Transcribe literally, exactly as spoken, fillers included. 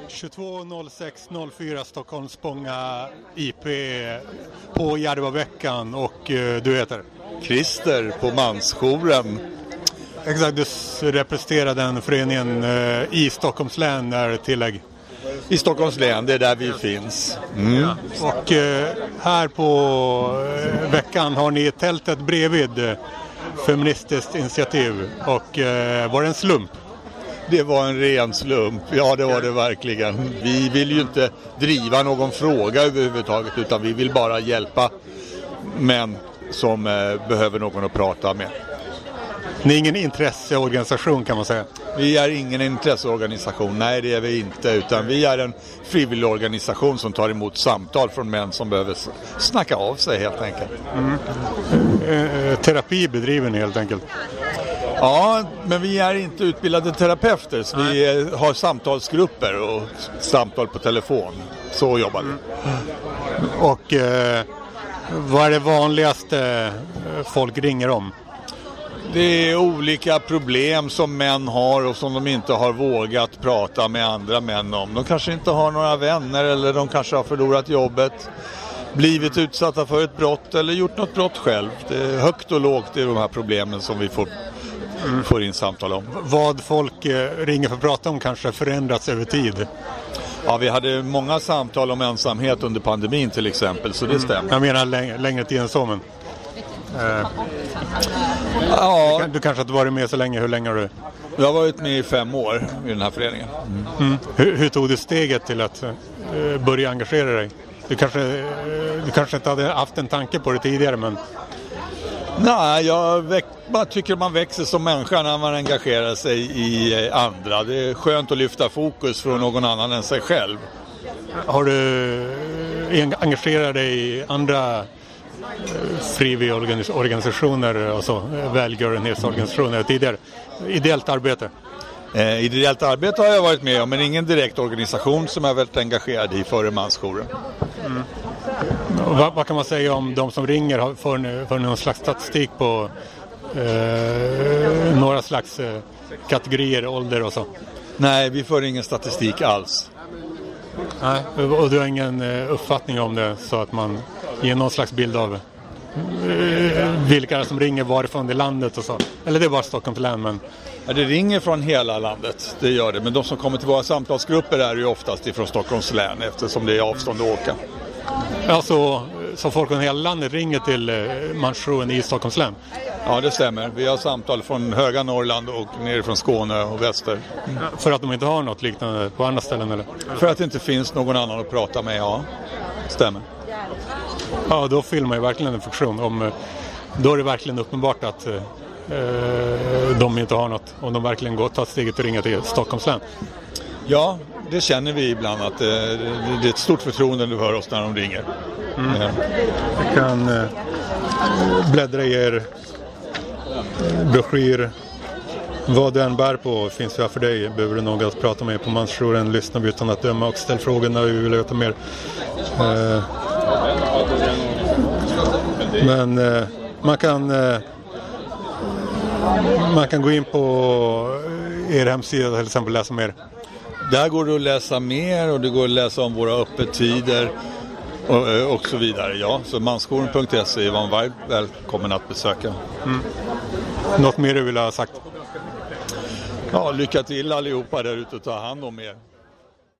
tjugotvå noll sex noll fyra Stockholms Spånga I P på Järvaveckan och eh, du heter? Christer på Mansjouren. Exakt, du representerar den föreningen eh, i Stockholms län är tillägg. I Stockholms län, det är där vi finns. Mm. Ja. Och eh, här på eh, veckan har ni tältet bredvid eh, Feministiskt initiativ och eh, var det en slump? Det var en ren slump, ja det var det verkligen. Vi vill ju inte driva någon fråga överhuvudtaget utan vi vill bara hjälpa män som eh, behöver någon att prata med. Ni är ingen intresseorganisation kan man säga? Vi är ingen intresseorganisation, nej det är vi inte, utan vi är en frivillig organisation som tar emot samtal från män som behöver snacka av sig helt enkelt. Mm. Eh, terapi bedriver ni helt enkelt? Ja, men vi är inte utbildade terapeuter så vi är, har samtalsgrupper och samtal på telefon. Så jobbar vi. Mm. Och eh, vad är det vanligaste folk ringer om? Det är olika problem som män har och som de inte har vågat prata med andra män om. De kanske inte har några vänner eller de kanske har förlorat jobbet, blivit utsatta för ett brott eller gjort något brott själv. Det är högt och lågt i de här problemen som vi får, mm. får in samtal om. Vad folk ringer för att prata om kanske förändrats över tid? Ja, vi hade många samtal om ensamhet under pandemin till exempel, så det stämmer. Mm. Jag menar läng- längre tid än så, men... Uh, ja. Du, du kanske inte varit med så länge, hur länge har du? Jag har varit med i fem år i den här föreningen. Mm. Mm. Hur, hur tog du steget till att uh, börja engagera dig? Du kanske, uh, du kanske inte hade haft en tanke på det tidigare, men... Nej, jag väck, bara tycker man växer som människa när man engagerar sig i andra. Det är skönt att lyfta fokus från någon annan än sig själv. Har du engagerat dig i andra frivilliga organisationer och så, välgörenhetsorganisationer tidigare? Ideellt arbete? Eh, ideellt arbete har jag varit med om, men ingen direkt organisation som jag har varit engagerad i före Mansjouren. Mm. Vad, vad kan man säga om de som ringer för, för någon slags statistik på eh, några slags eh, kategorier, ålder och så? Nej, vi får ingen statistik alls. Nej, och du har ingen uppfattning om det så att man ger någon slags bild av eh, vilka som ringer varifrån i landet och så? Eller det är bara Stockholms län, men... Ja, det ringer från hela landet, det gör det. Men de som kommer till våra samtalsgrupper är ju oftast ifrån Stockholms län eftersom det är avstånd att åka. Ja, så, så folk från hela landet ringer till eh, Mansjouren i Stockholms län? Ja, det stämmer. Vi har samtal från höga Norrland och ner från Skåne och väster. Mm. För att de inte har något liknande på andra ställen, eller? För att det inte finns någon annan att prata med, ja. Stämmer. Ja, då fyller man ju verkligen en funktion. Om, då är det verkligen uppenbart att eh, de inte har något. Om de verkligen går ta steget och ringa till Stockholms län. Ja, det känner vi ibland att eh, det är ett stort förtroende du hör oss när de ringer. Mm. Ja. Jag kan eh, bläddra i er broschyr. Vad du än bär på finns här för dig. Behöver du något att prata med på Mansjouren, lyssna utan att döma och ställ frågor när vi vill veta mer. Eh, men eh, man kan eh, man kan gå in på er hemsida till exempel läsa mer. Där går det att läsa mer och det går att läsa om våra öppettider och, och så vidare. Ja, så mansjouren punkt se är man väl välkommen att besöka. Mm. Något mer du vill ha sagt? Ja, lycka till allihopa där ute och ta hand om er.